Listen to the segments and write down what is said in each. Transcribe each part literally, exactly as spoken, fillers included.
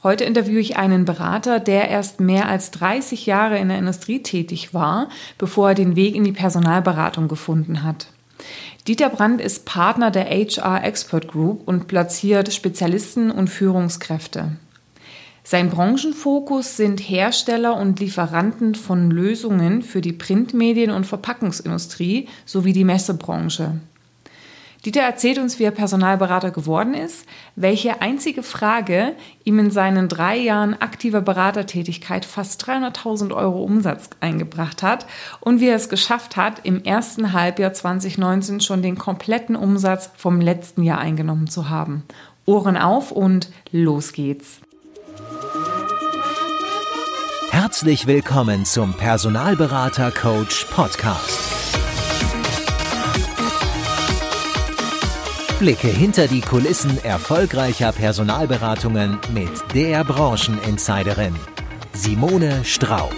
Heute interviewe ich einen Berater, der erst mehr als dreißig Jahre in der Industrie tätig war, bevor er den Weg in die Personalberatung gefunden hat. Dieter Brandt ist Partner der H R Expert Group und platziert Spezialisten und Führungskräfte. Sein Branchenfokus sind Hersteller und Lieferanten von Lösungen für die Printmedien- und Verpackungsindustrie sowie die Messebranche. Dieter erzählt uns, wie er Personalberater geworden ist, welche einzige Frage ihm in seinen drei Jahren aktiver Beratertätigkeit fast dreihunderttausend Euro Umsatz eingebracht hat und wie er es geschafft hat, im ersten Halbjahr zwanzig neunzehn schon den kompletten Umsatz vom letzten Jahr eingenommen zu haben. Ohren auf und los geht's! Herzlich willkommen zum Personalberater Coach Podcast. Blicke hinter die Kulissen erfolgreicher Personalberatungen mit der Brancheninsiderin Simone Straub.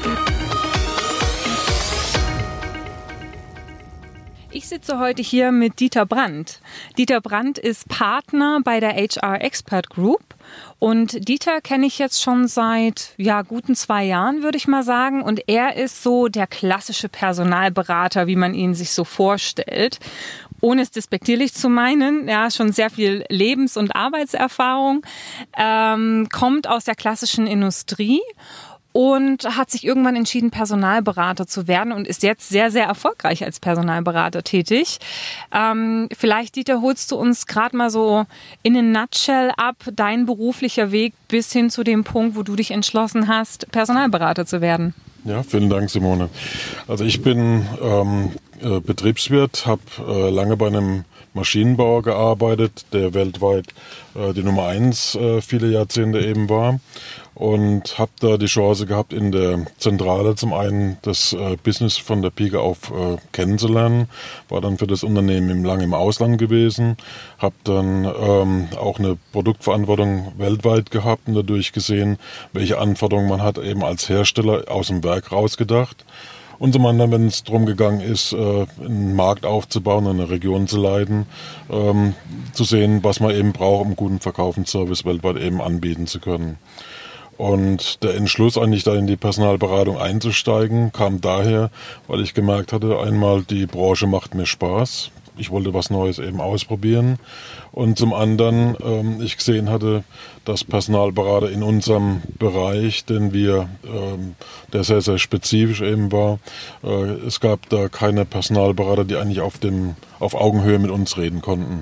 Ich sitze heute hier mit Dieter Brandt. Dieter Brandt ist Partner bei der H R Expert Group. Und Dieter kenne ich jetzt schon seit ja, guten zwei Jahren, würde ich mal sagen. Und er ist so der klassische Personalberater, wie man ihn sich so vorstellt. Ohne es despektierlich zu meinen, ja, schon sehr viel Lebens- und Arbeitserfahrung, ähm, kommt aus der klassischen Industrie und hat sich irgendwann entschieden, Personalberater zu werden und ist jetzt sehr, sehr erfolgreich als Personalberater tätig. Ähm, vielleicht, Dieter, holst du uns gerade mal so in a nutshell ab, dein beruflicher Weg bis hin zu dem Punkt, wo du dich entschlossen hast, Personalberater zu werden. Ja, vielen Dank, Simone. Also ich bin ähm, äh, Betriebswirt, habe äh, lange bei einem Maschinenbauer gearbeitet, der weltweit äh, die Nummer eins äh, viele Jahrzehnte eben war. Und habe da die Chance gehabt, in der Zentrale zum einen das äh, Business von der Pike auf äh, kennenzulernen. War dann für das Unternehmen im, lang im Ausland gewesen. Habe dann ähm, auch eine Produktverantwortung weltweit gehabt und dadurch gesehen, welche Anforderungen man hat, eben als Hersteller aus dem Werk rausgedacht. Und zum anderen, wenn es darum gegangen ist, äh, einen Markt aufzubauen, eine Region zu leiten, ähm, zu sehen, was man eben braucht, um einen guten Verkaufsservice weltweit eben anbieten zu können. Und der Entschluss, eigentlich da in die Personalberatung einzusteigen, kam daher, weil ich gemerkt hatte, einmal die Branche macht mir Spaß. Ich wollte was Neues eben ausprobieren. Und zum anderen, ähm, ich gesehen hatte, dass Personalberater in unserem Bereich, den wir, ähm, der sehr, sehr spezifisch eben war, äh, es gab da keine Personalberater, die eigentlich auf dem, auf Augenhöhe mit uns reden konnten.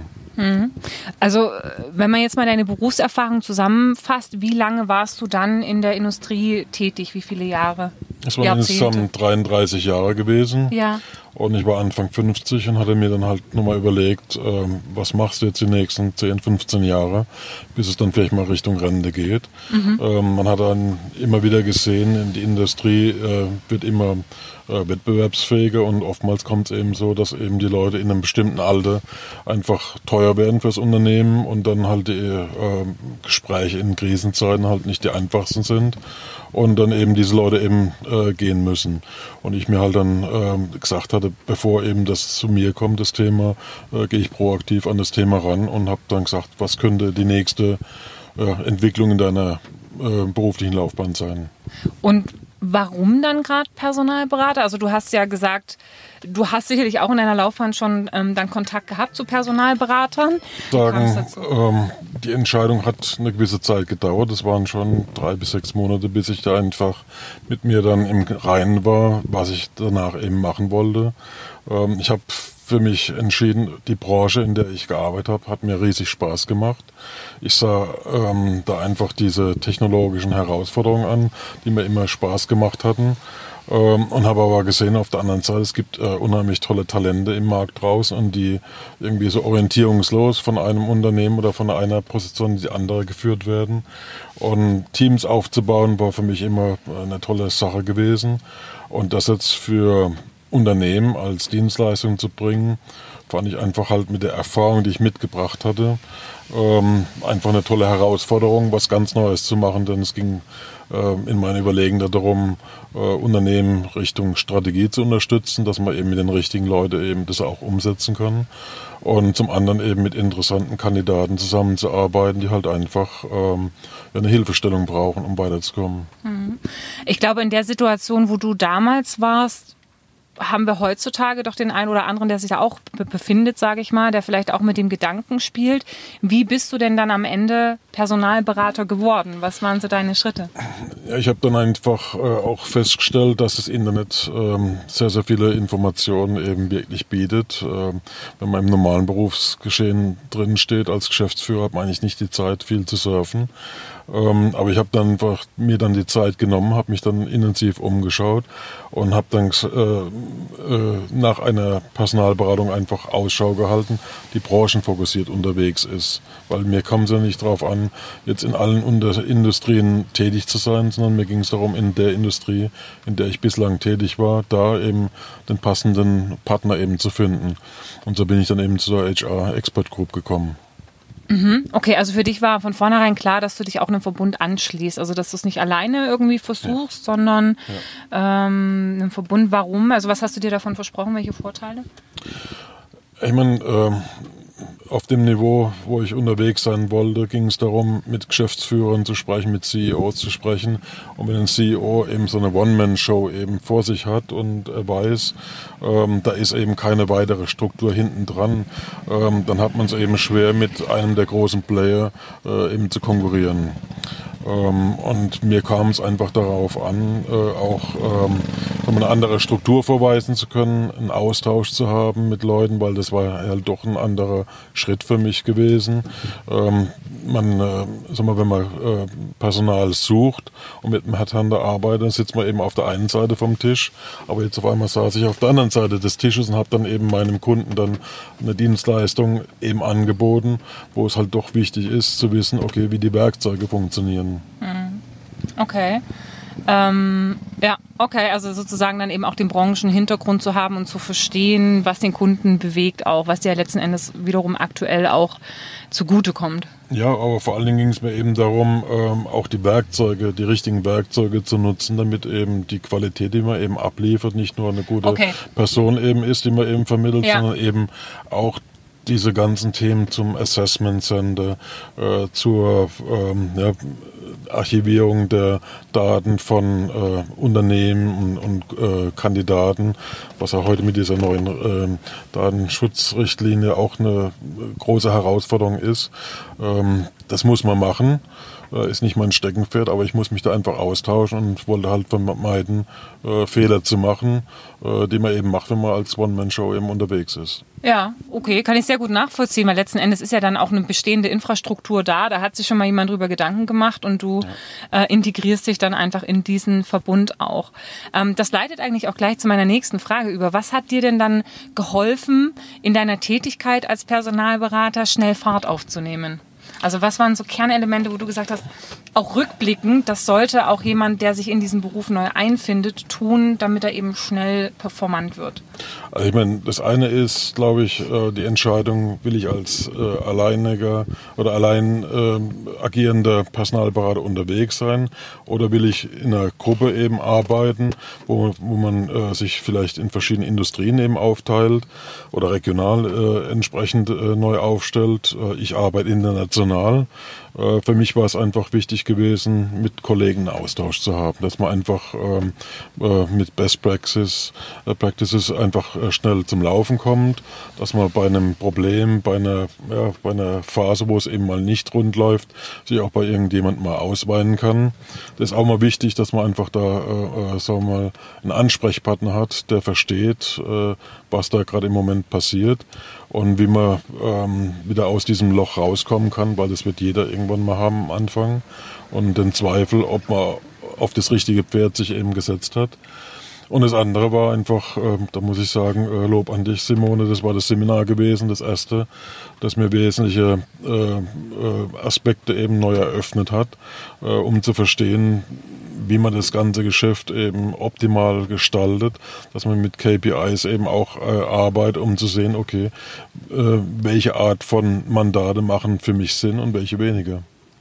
Also wenn man jetzt mal deine Berufserfahrung zusammenfasst, wie lange warst du dann in der Industrie tätig? Wie viele Jahre? Es waren insgesamt dreiunddreißig Jahre gewesen. Ja. Und ich war Anfang fünfzig und hatte mir dann halt nochmal überlegt, ähm, was machst du jetzt die nächsten zehn, fünfzehn Jahre, bis es dann vielleicht mal Richtung Rente geht. Mhm. Ähm, man hat dann immer wieder gesehen, die Industrie äh, wird immer äh, wettbewerbsfähiger und oftmals kommt es eben so, dass eben die Leute in einem bestimmten Alter einfach teuer werden fürs Unternehmen und dann halt die äh, Gespräche in Krisenzeiten halt nicht die einfachsten sind und dann eben diese Leute eben äh, gehen müssen. Und ich mir halt dann äh, gesagt hatte, bevor eben das zu mir kommt, das Thema, äh, gehe ich proaktiv an das Thema ran und habe dann gesagt, was könnte die nächste äh, Entwicklung in deiner äh, beruflichen Laufbahn sein. Und warum dann gerade Personalberater? Also du hast ja gesagt, du hast sicherlich auch in deiner Laufbahn schon ähm, dann Kontakt gehabt zu Personalberatern. Sagen, ähm, die Entscheidung hat eine gewisse Zeit gedauert. Das waren schon drei bis sechs Monate, bis ich da einfach mit mir dann im Reinen war, was ich danach eben machen wollte. Ähm, ich habe für mich entschieden, die Branche, in der ich gearbeitet habe, hat mir riesig Spaß gemacht. Ich sah ähm, da einfach diese technologischen Herausforderungen an, die mir immer Spaß gemacht hatten. Ähm, und habe aber gesehen, auf der anderen Seite, es gibt äh, unheimlich tolle Talente im Markt draußen und die irgendwie so orientierungslos von einem Unternehmen oder von einer Position in die andere geführt werden. Und Teams aufzubauen war für mich immer eine tolle Sache gewesen. Und das jetzt für Unternehmen als Dienstleistung zu bringen, fand ich einfach halt mit der Erfahrung, die ich mitgebracht hatte, ähm, einfach eine tolle Herausforderung, was ganz Neues zu machen, denn es ging äh, in meinen Überlegungen darum, äh, Unternehmen Richtung Strategie zu unterstützen, dass man eben mit den richtigen Leuten eben das auch umsetzen kann und zum anderen eben mit interessanten Kandidaten zusammenzuarbeiten, die halt einfach ähm, eine Hilfestellung brauchen, um weiterzukommen. Ich glaube, in der Situation, wo du damals warst, haben wir heutzutage doch den einen oder anderen, der sich da auch befindet, sage ich mal, der vielleicht auch mit dem Gedanken spielt. Wie bist du denn dann am Ende Personalberater geworden? Was waren so deine Schritte? Ja, ich habe dann einfach äh, auch festgestellt, dass das Internet ähm, sehr, sehr viele Informationen eben wirklich bietet. Ähm, wenn man im normalen Berufsgeschehen drin steht als Geschäftsführer, hat man eigentlich nicht die Zeit, viel zu surfen. Ähm, aber ich habe dann einfach mir dann die Zeit genommen, habe mich dann intensiv umgeschaut und habe dann äh, äh, nach einer Personalberatung einfach Ausschau gehalten, die branchenfokussiert unterwegs ist. Weil mir kam es ja nicht darauf an, jetzt in allen Unter- Industrien tätig zu sein, sondern mir ging es darum, in der Industrie, in der ich bislang tätig war, da eben den passenden Partner eben zu finden. Und so bin ich dann eben zur H R Expert Group gekommen. Okay, also für dich war von vornherein klar, dass du dich auch einem Verbund anschließt. Also dass du es nicht alleine irgendwie versuchst, ja. sondern ja. ähm, einem Verbund. Warum? Also was hast du dir davon versprochen? Welche Vorteile? Ich meine, ähm, auf dem Niveau, wo ich unterwegs sein wollte, ging es darum, mit Geschäftsführern zu sprechen, mit C E Os zu sprechen. Und wenn ein C E O eben so eine One-Man-Show eben vor sich hat und er weiß, ähm, da ist eben keine weitere Struktur hinten dran, ähm, dann hat man es eben schwer, mit einem der großen Player äh, eben zu konkurrieren. Ähm, und mir kam es einfach darauf an, äh, auch ähm, eine andere Struktur vorweisen zu können, einen Austausch zu haben mit Leuten, weil das war halt doch ein anderer Schritt für mich gewesen. Ähm, man, äh, sag mal, wenn man äh, Personal sucht und mit einem Headhunter arbeitet, dann sitzt man eben auf der einen Seite vom Tisch, aber jetzt auf einmal saß ich auf der anderen Seite des Tisches und habe dann eben meinem Kunden dann eine Dienstleistung eben angeboten, wo es halt doch wichtig ist zu wissen, okay, wie die Werkzeuge funktionieren. Okay. Ähm, ja, okay, also sozusagen dann eben auch den Branchenhintergrund zu haben und zu verstehen, was den Kunden bewegt auch, was dir letzten Endes wiederum aktuell auch zugutekommt. Ja, aber vor allen Dingen ging es mir eben darum, ähm, auch die Werkzeuge, die richtigen Werkzeuge zu nutzen, damit eben die Qualität, die man eben abliefert, nicht nur eine gute okay. Person eben ist, die man eben vermittelt, ja. sondern eben auch diese ganzen Themen zum Assessment Center, äh, zur ähm, ja, Archivierung der Daten von äh, Unternehmen und, und äh, Kandidaten, was ja heute mit dieser neuen äh, Datenschutzrichtlinie auch eine große Herausforderung ist. Ähm, das muss man machen. Ist nicht mein Steckenpferd, aber ich muss mich da einfach austauschen und wollte halt vermeiden, äh, Fehler zu machen, äh, die man eben macht, wenn man als One-Man-Show eben unterwegs ist. Ja, okay, kann ich sehr gut nachvollziehen, weil letzten Endes ist ja dann auch eine bestehende Infrastruktur da, da hat sich schon mal jemand drüber Gedanken gemacht und du ja. äh, integrierst dich dann einfach in diesen Verbund auch. Ähm, das leitet eigentlich auch gleich zu meiner nächsten Frage über. Was hat dir denn dann geholfen, in deiner Tätigkeit als Personalberater schnell Fahrt aufzunehmen? Also was waren so Kernelemente, wo du gesagt hast, auch rückblickend, das sollte auch jemand, der sich in diesen Beruf neu einfindet, tun, damit er eben schnell performant wird? Also ich meine, das eine ist, glaube ich, die Entscheidung, will ich als äh, alleiniger oder allein äh, agierender Personalberater unterwegs sein oder will ich in einer Gruppe eben arbeiten, wo, wo man äh, sich vielleicht in verschiedenen Industrien eben aufteilt oder regional äh, entsprechend äh, neu aufstellt. Äh, ich arbeite international. Äh, für mich war es einfach wichtig gewesen, mit Kollegen einen Austausch zu haben, dass man einfach ähm, äh, mit Best Practices, äh, Practices einfach äh, schnell zum Laufen kommt, dass man bei einem Problem, bei einer, ja, bei einer Phase, wo es eben mal nicht rund läuft, sich auch bei irgendjemandem mal ausweinen kann. Das ist auch mal wichtig, dass man einfach da äh, sagen wir mal, einen Ansprechpartner hat, der versteht, äh, was da gerade im Moment passiert und wie man ähm, wieder aus diesem Loch rauskommen kann, weil das wird jeder irgendwann mal haben am Anfang und den Zweifel, ob man auf das richtige Pferd sich eben gesetzt hat. Und das andere war einfach, äh, da muss ich sagen, äh, Lob an dich, Simone, das war das Seminar gewesen, das erste, das mir wesentliche äh, äh, Aspekte eben neu eröffnet hat, äh, um zu verstehen, wie man das ganze Geschäft eben optimal gestaltet, dass man mit K P Is eben auch äh, arbeitet, um zu sehen, okay, äh, welche Art von Mandate machen für mich Sinn und welche weniger.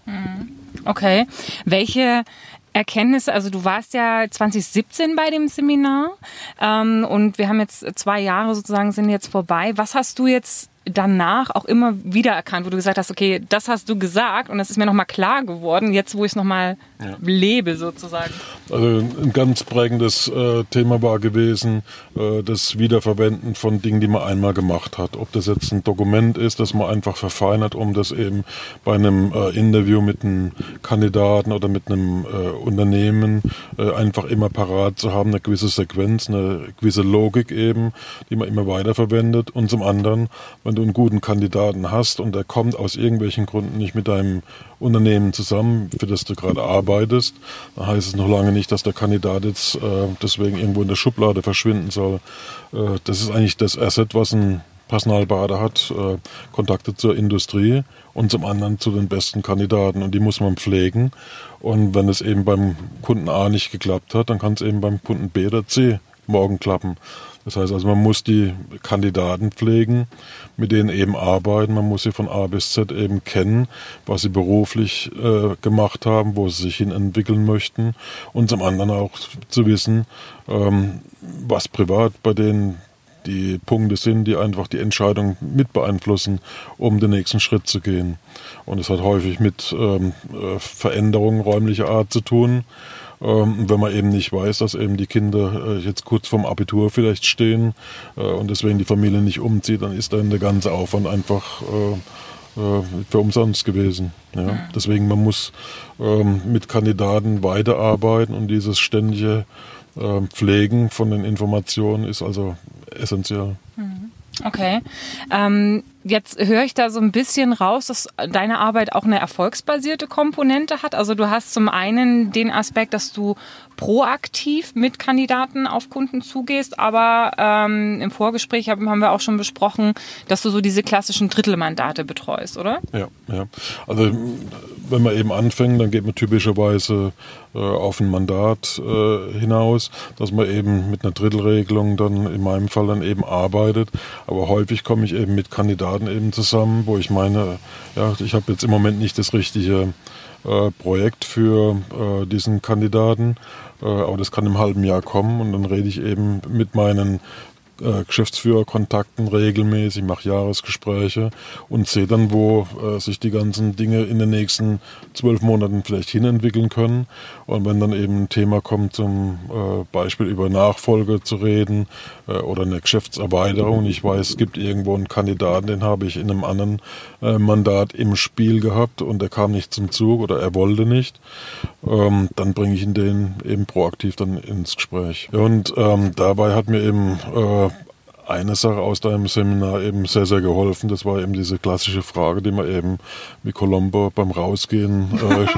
Okay. Welche Erkenntnisse, also du warst ja zwanzig siebzehn bei dem Seminar ähm, und wir haben jetzt zwei Jahre sozusagen, sind jetzt vorbei. Was hast du jetzt danach auch immer wieder erkannt, wo du gesagt hast, okay, das hast du gesagt und das ist mir nochmal klar geworden, jetzt wo ich es nochmal ja. lebe sozusagen? Also ein ganz prägendes äh, Thema war gewesen, äh, das Wiederverwenden von Dingen, die man einmal gemacht hat. Ob das jetzt ein Dokument ist, das man einfach verfeinert, um das eben bei einem äh, Interview mit einem Kandidaten oder mit einem äh, Unternehmen äh, einfach immer parat zu haben, eine gewisse Sequenz, eine gewisse Logik eben, die man immer weiterverwendet. Und zum anderen, wenn du einen guten Kandidaten hast und der kommt aus irgendwelchen Gründen nicht mit deinem Unternehmen zusammen, für das du gerade arbeitest, dann heißt es noch lange nicht, dass der Kandidat jetzt äh, deswegen irgendwo in der Schublade verschwinden soll. Äh, das ist eigentlich das Asset, was ein Personalberater hat, äh, Kontakte zur Industrie und zum anderen zu den besten Kandidaten und die muss man pflegen. Und wenn es eben beim Kunden A nicht geklappt hat, dann kann es eben beim Kunden B oder C morgen klappen. Das heißt also, man muss die Kandidaten pflegen, mit denen eben arbeiten. Man muss sie von A bis Z eben kennen, was sie beruflich äh, gemacht haben, wo sie sich hin entwickeln möchten. Und zum anderen auch zu wissen, ähm, was privat bei denen die Punkte sind, die einfach die Entscheidung mit beeinflussen, um den nächsten Schritt zu gehen. Und es hat häufig mit ähm, Veränderungen räumlicher Art zu tun. Ähm, wenn man eben nicht weiß, dass eben die Kinder äh, jetzt kurz vorm Abitur vielleicht stehen äh, und deswegen die Familie nicht umzieht, dann ist dann der ganze Aufwand einfach äh, äh, für umsonst gewesen. Ja? Mhm. Deswegen, man muss ähm, mit Kandidaten weiterarbeiten und dieses ständige äh, Pflegen von den Informationen ist also essentiell. Mhm. Okay. Ähm, jetzt höre ich da so ein bisschen raus, dass deine Arbeit auch eine erfolgsbasierte Komponente hat. Also du hast zum einen den Aspekt, dass du proaktiv mit Kandidaten auf Kunden zugehst, aber ähm, im Vorgespräch haben, haben wir auch schon besprochen, dass du so diese klassischen Drittelmandate betreust, oder? Ja, ja. Also wenn man eben anfängt, dann geht man typischerweise äh, auf ein Mandat äh, hinaus, dass man eben mit einer Drittelregelung dann in meinem Fall dann eben arbeitet. Aber häufig komme ich eben mit Kandidaten eben zusammen, wo ich meine, ja, ich habe jetzt im Moment nicht das richtige äh, Projekt für äh, diesen Kandidaten, äh, aber das kann im halben Jahr kommen und dann rede ich eben mit meinen äh, Geschäftsführerkontakten regelmäßig, mache Jahresgespräche und sehe dann, wo äh, sich die ganzen Dinge in den nächsten zwölf Monaten vielleicht hinentwickeln können. Und wenn dann eben ein Thema kommt, zum äh, Beispiel über Nachfolge zu reden äh, oder eine Geschäftserweiterung, ich weiß, es gibt irgendwo einen Kandidaten, den habe ich in einem anderen äh, Mandat im Spiel gehabt und der kam nicht zum Zug oder er wollte nicht, ähm, dann bringe ich ihn den eben proaktiv dann ins Gespräch. Und ähm, dabei hat mir eben äh, eine Sache aus deinem Seminar eben sehr, sehr geholfen. Das war eben diese klassische Frage, die man eben wie Columbo beim Rausgehen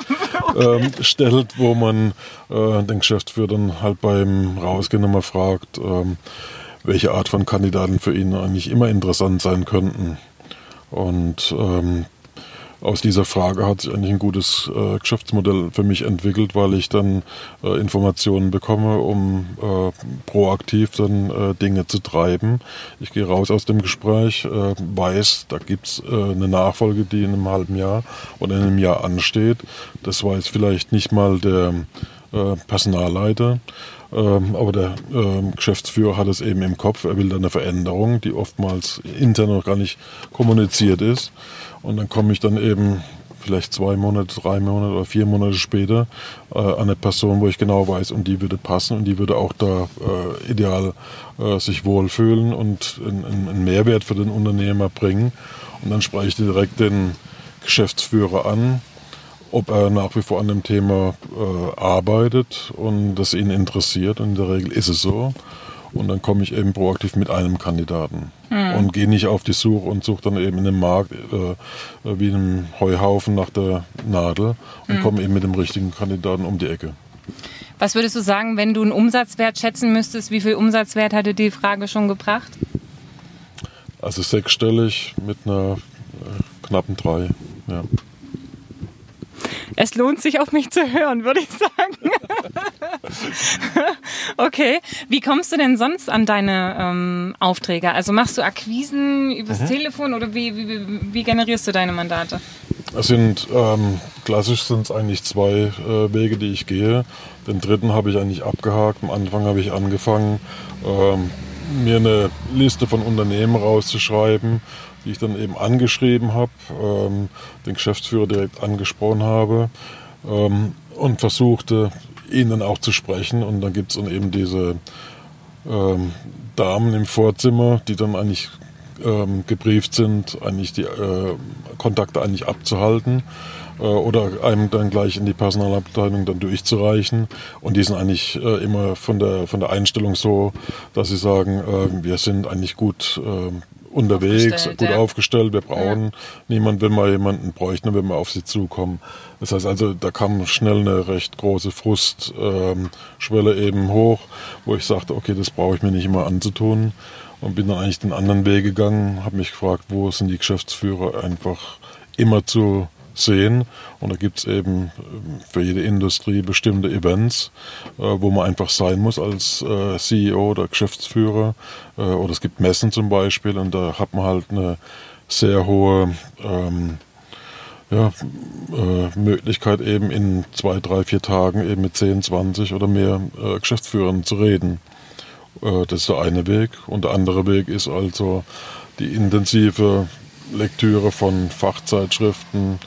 äh, äh, stellt, wo man äh, den Geschäftsführer dann halt beim Rausgehen nochmal fragt, äh, welche Art von Kandidaten für ihn eigentlich immer interessant sein könnten. Und ähm, aus dieser Frage hat sich eigentlich ein gutes äh, Geschäftsmodell für mich entwickelt, weil ich dann äh, Informationen bekomme, um äh, proaktiv dann äh, Dinge zu treiben. Ich gehe raus aus dem Gespräch, äh, weiß, da gibt's äh, eine Nachfolge, die in einem halben Jahr oder in einem Jahr ansteht. Das weiß vielleicht nicht mal der äh, Personalleiter. Ähm, aber der ähm, Geschäftsführer hat es eben im Kopf, er will da eine Veränderung, die oftmals intern noch gar nicht kommuniziert ist. Und dann komme ich dann eben vielleicht zwei Monate, drei Monate oder vier Monate später äh, an eine Person, wo ich genau weiß, und die würde passen und die würde auch da äh, ideal äh, sich wohlfühlen und einen, einen Mehrwert für den Unternehmer bringen. Und dann spreche ich direkt den Geschäftsführer an, ob er nach wie vor an dem Thema äh, arbeitet und das ihn interessiert. Und in der Regel ist es so. Und dann komme ich eben proaktiv mit einem Kandidaten hm. und gehe nicht auf die Suche und suche dann eben in dem Markt äh, wie in einem Heuhaufen nach der Nadel und hm. komme eben mit dem richtigen Kandidaten um die Ecke. Was würdest du sagen, wenn du einen Umsatzwert schätzen müsstest? Wie viel Umsatzwert hatte die Frage schon gebracht? Also sechsstellig mit einer äh, knappen drei, ja. Es lohnt sich, auf mich zu hören, würde ich sagen. Okay. Wie kommst du denn sonst an deine ähm, Aufträge? Also machst du Akquisen übers mhm. Telefon oder wie, wie, wie generierst du deine Mandate? Es sind, ähm, klassisch sind es eigentlich zwei äh, Wege, die ich gehe. Den dritten habe ich eigentlich abgehakt. Am Anfang habe ich angefangen, ähm, mir eine Liste von Unternehmen rauszuschreiben, die ich dann eben angeschrieben habe, ähm, den Geschäftsführer direkt angesprochen habe ähm, und versuchte, ihn dann auch zu sprechen. Und dann gibt es dann eben diese ähm, Damen im Vorzimmer, die dann eigentlich ähm, gebrieft sind, eigentlich die äh, Kontakte eigentlich abzuhalten äh, oder einem dann gleich in die Personalabteilung dann durchzureichen. Und die sind eigentlich äh, immer von der, von der Einstellung so, dass sie sagen, äh, wir sind eigentlich gut äh, unterwegs, aufgestellt, gut ja. aufgestellt, wir brauchen ja. niemanden, wenn wir jemanden bräuchten, wenn wir auf sie zukommen. Das heißt also, da kam schnell eine recht große Frustschwelle ähm, eben hoch, wo ich sagte, okay, das brauche ich mir nicht immer anzutun und bin dann eigentlich den anderen Weg gegangen, habe mich gefragt, wo sind die Geschäftsführer einfach immer zu sehen, und da gibt es eben für jede Industrie bestimmte Events, äh, wo man einfach sein muss als äh, C E O oder Geschäftsführer, äh, oder es gibt Messen zum Beispiel, und da hat man halt eine sehr hohe ähm, ja, äh, Möglichkeit eben in zwei, drei, vier Tagen eben mit zehn, zwanzig oder mehr äh, Geschäftsführern zu reden. Äh, das ist der eine Weg, und der andere Weg ist also die intensive Lektüre von Fachzeitschriften,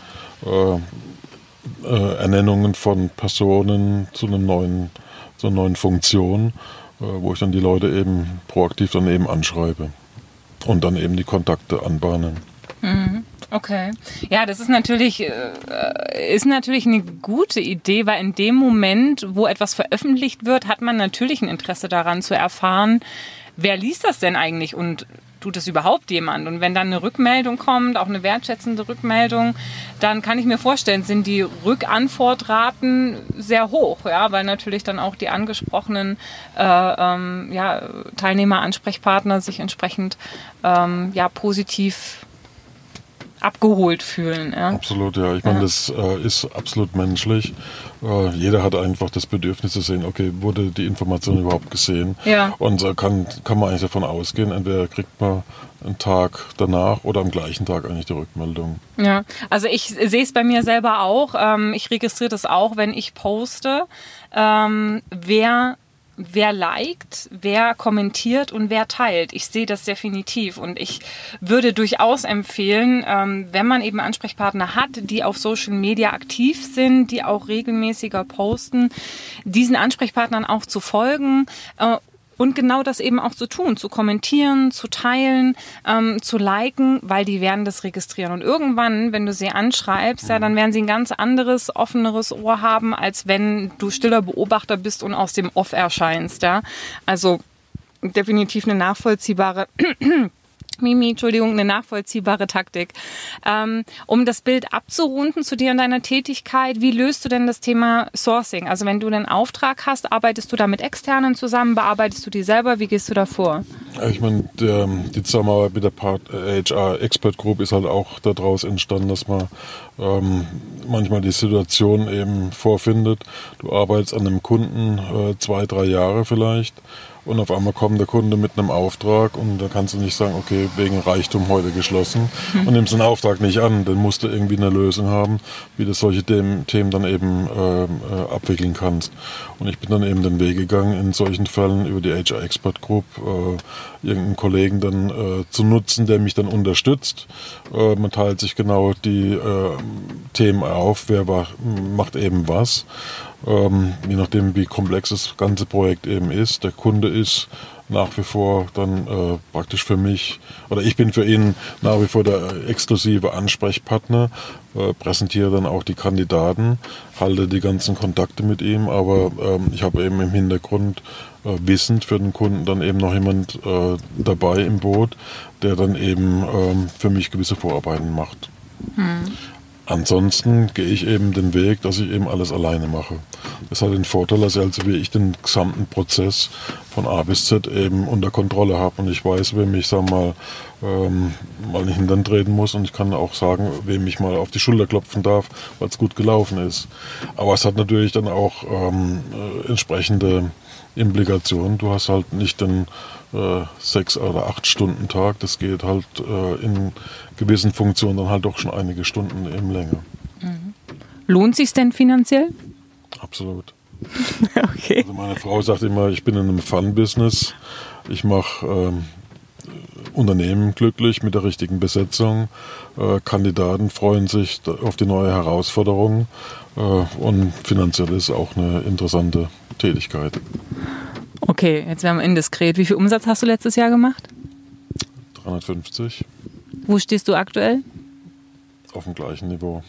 Äh, äh, Ernennungen von Personen zu einem neuen, zu einer neuen Funktion, äh, wo ich dann die Leute eben proaktiv dann eben anschreibe und dann eben die Kontakte anbahne. Mhm. Okay. Ja, das ist natürlich, äh, ist natürlich eine gute Idee, weil in dem Moment, wo etwas veröffentlicht wird, hat man natürlich ein Interesse daran zu erfahren, wer liest das denn eigentlich und tut es überhaupt jemand? Und wenn dann eine Rückmeldung kommt, auch eine wertschätzende Rückmeldung, dann kann ich mir vorstellen, sind die Rückantwortraten sehr hoch, ja, weil natürlich dann auch die angesprochenen äh, ähm, ja, Teilnehmer, Ansprechpartner sich entsprechend ähm, ja, positiv abgeholt fühlen. Ja. Absolut, ja. Ich meine, ja. das äh, ist absolut menschlich. Äh, jeder hat einfach das Bedürfnis zu sehen, okay, wurde die Information überhaupt gesehen? Ja. Und so kann, kann man eigentlich davon ausgehen, entweder kriegt man einen Tag danach oder am gleichen Tag eigentlich die Rückmeldung. Ja, also ich sehe es bei mir selber auch. Ähm, ich registriere das auch, wenn ich poste. Ähm, wer Wer liked, wer kommentiert und wer teilt. Ich sehe das definitiv, und ich würde durchaus empfehlen, ähm, wenn man eben Ansprechpartner hat, die auf Social Media aktiv sind, die auch regelmäßiger posten, diesen Ansprechpartnern auch zu folgen, äh, und genau das eben auch zu tun, zu kommentieren, zu teilen, ähm, zu liken, weil die werden das registrieren. Und irgendwann, wenn du sie anschreibst, ja, dann werden sie ein ganz anderes, offeneres Ohr haben, als wenn du stiller Beobachter bist und aus dem Off erscheinst. Ja? Also definitiv eine nachvollziehbare Mimi, Entschuldigung, eine nachvollziehbare Taktik. Ähm, um das Bild abzurunden zu dir und deiner Tätigkeit, wie löst du denn das Thema Sourcing? Also wenn du einen Auftrag hast, arbeitest du da mit Externen zusammen, bearbeitest du die selber, wie gehst du da vor? Ich meine, der, die Zusammenarbeit mit der Part, äh, H R Expert Group ist halt auch daraus entstanden, dass man ähm, manchmal die Situation eben vorfindet. Du arbeitest an einem Kunden äh, zwei, drei Jahre vielleicht, und auf einmal kommt der Kunde mit einem Auftrag, und da kannst du nicht sagen, okay, wegen Reichtum heute geschlossen, mhm. und nimmst den Auftrag nicht an. Dann musst du irgendwie eine Lösung haben, wie du solche Themen dann eben äh, äh, abwickeln kannst. Und ich bin dann eben den Weg gegangen, in solchen Fällen über die H R Expert Group äh, irgendeinen Kollegen dann äh, zu nutzen, der mich dann unterstützt. Äh, man teilt sich genau die äh, Themen auf, wer war, macht eben was. Ähm, je nachdem, wie komplex das ganze Projekt eben ist. Der Kunde ist nach wie vor dann äh, praktisch für mich, oder ich bin für ihn nach wie vor der exklusive Ansprechpartner, äh, präsentiere dann auch die Kandidaten, halte die ganzen Kontakte mit ihm, aber ähm, ich habe eben im Hintergrund äh, wissend für den Kunden dann eben noch jemand äh, dabei im Boot, der dann eben ähm, für mich gewisse Vorarbeiten macht. Hm. Ansonsten gehe ich eben den Weg, dass ich eben alles alleine mache. Das hat den Vorteil, dass ich also wie ich den gesamten Prozess von A bis Z eben unter Kontrolle habe. Und ich weiß, wem ich, sag mal, ähm, mal in den Hintern treten muss. Und ich kann auch sagen, wem ich mal auf die Schulter klopfen darf, weil es gut gelaufen ist. Aber es hat natürlich dann auch ähm, äh, entsprechende Implikationen. Du hast halt nicht den äh, sechs- oder acht Stunden Tag. Das geht halt äh, in gewissen Funktionen dann halt doch schon einige Stunden im Länge. Mhm. Lohnt sich's denn finanziell? Absolut. Okay. Also meine Frau sagt immer, ich bin in einem Fun-Business. Ich mache ähm, Unternehmen glücklich mit der richtigen Besetzung. Äh, Kandidaten freuen sich auf die neue Herausforderung. Äh, und finanziell ist auch eine interessante Tätigkeit. Okay, jetzt werden wir indiskret. Wie viel Umsatz hast du letztes Jahr gemacht? dreihundertfünfzig. Wo stehst du aktuell? Auf dem gleichen Niveau.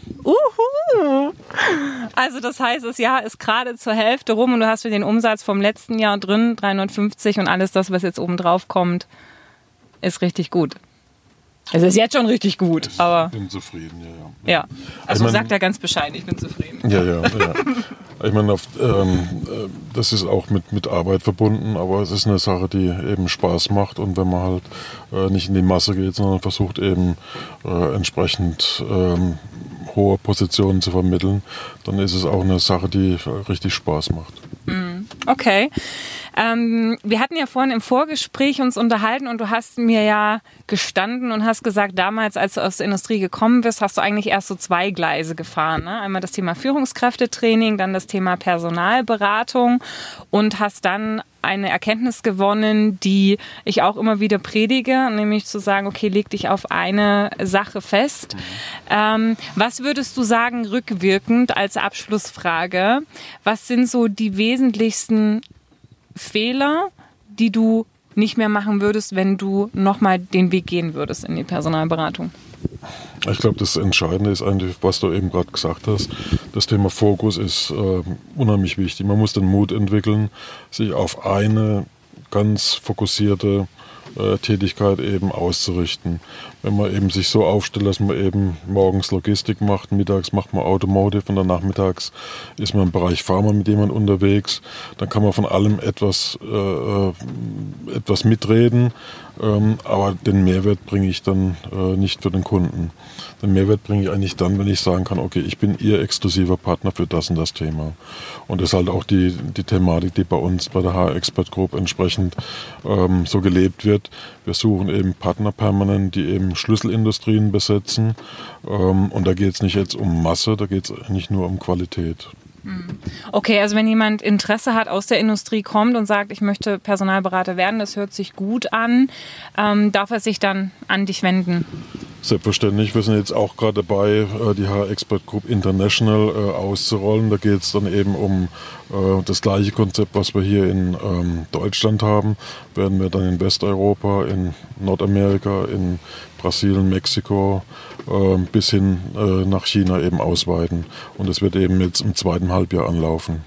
Uhu. Also das heißt, das Jahr ist gerade zur Hälfte rum und du hast für den Umsatz vom letzten Jahr drin, dreihundertfünfzig, und alles das, was jetzt oben drauf kommt, ist richtig gut. Es ist jetzt schon richtig gut, ich aber... bin zufrieden, ja. Ja, ja. Also ich mein, sagt er ganz bescheiden, ich bin zufrieden. Ja, ja, ja. Ich meine, auf, ähm, das ist auch mit, mit Arbeit verbunden, aber es ist eine Sache, die eben Spaß macht. Und wenn man halt äh, nicht in die Masse geht, sondern versucht eben äh, entsprechend ähm, hohe Positionen zu vermitteln, dann ist es auch eine Sache, die richtig Spaß macht. Okay. Ähm, wir hatten ja vorhin im Vorgespräch uns unterhalten und du hast mir ja gestanden und hast gesagt, damals, als du aus der Industrie gekommen bist, hast du eigentlich erst so zwei Gleise gefahren. Ne? Einmal das Thema Führungskräftetraining, dann das Thema Personalberatung und hast dann eine Erkenntnis gewonnen, die ich auch immer wieder predige, nämlich zu sagen, okay, leg dich auf eine Sache fest. Ähm, was würdest du sagen, rückwirkend als Abschlussfrage, was sind so die wesentlichsten Fehler, die du nicht mehr machen würdest, wenn du nochmal den Weg gehen würdest in die Personalberatung? Ich glaube, das Entscheidende ist eigentlich, was du eben gerade gesagt hast. Das Thema Fokus ist äh, unheimlich wichtig. Man muss den Mut entwickeln, sich auf eine ganz fokussierte äh, Tätigkeit eben auszurichten. Wenn man eben sich so aufstellt, dass man eben morgens Logistik macht, mittags macht man Automotive und dann nachmittags ist man im Bereich Pharma mit jemandem unterwegs, dann kann man von allem etwas, äh, etwas mitreden, ähm, aber den Mehrwert bringe ich dann äh, nicht für den Kunden. Den Mehrwert bringe ich eigentlich dann, wenn ich sagen kann, okay, ich bin Ihr exklusiver Partner für das und das Thema. Und das ist halt auch die, die Thematik, die bei uns bei der H R Expert Group entsprechend ähm, so gelebt wird. Wir suchen eben Partner permanent, die eben Schlüsselindustrien besetzen. Ähm, und da geht es nicht jetzt um Masse, da geht es nicht nur um Qualität. Okay, also wenn jemand Interesse hat, aus der Industrie kommt und sagt, ich möchte Personalberater werden, das hört sich gut an, ähm, darf er sich dann an dich wenden? Selbstverständlich. Wir sind jetzt auch gerade dabei, die H R Expert Group International äh, auszurollen. Da geht es dann eben um äh, das gleiche Konzept, was wir hier in ähm, Deutschland haben. Werden wir dann in Westeuropa, in Nordamerika, in Brasilien, Mexiko äh, bis hin äh, nach China eben ausweiten. Und das wird eben jetzt im zweiten Halbjahr anlaufen.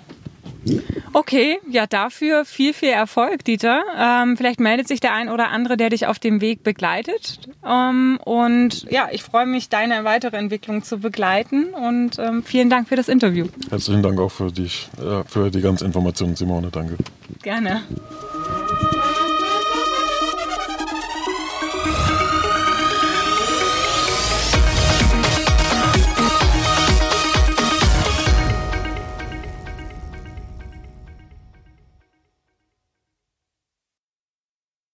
Okay, ja, dafür viel, viel Erfolg, Dieter. Ähm, vielleicht meldet sich der ein oder andere, der dich auf dem Weg begleitet. Ähm, und ja, ich freue mich, deine weitere Entwicklung zu begleiten. Und ähm, vielen Dank für das Interview. Herzlichen Dank auch für, dich, äh, für die ganzen Informationen, Simone. Danke. Gerne.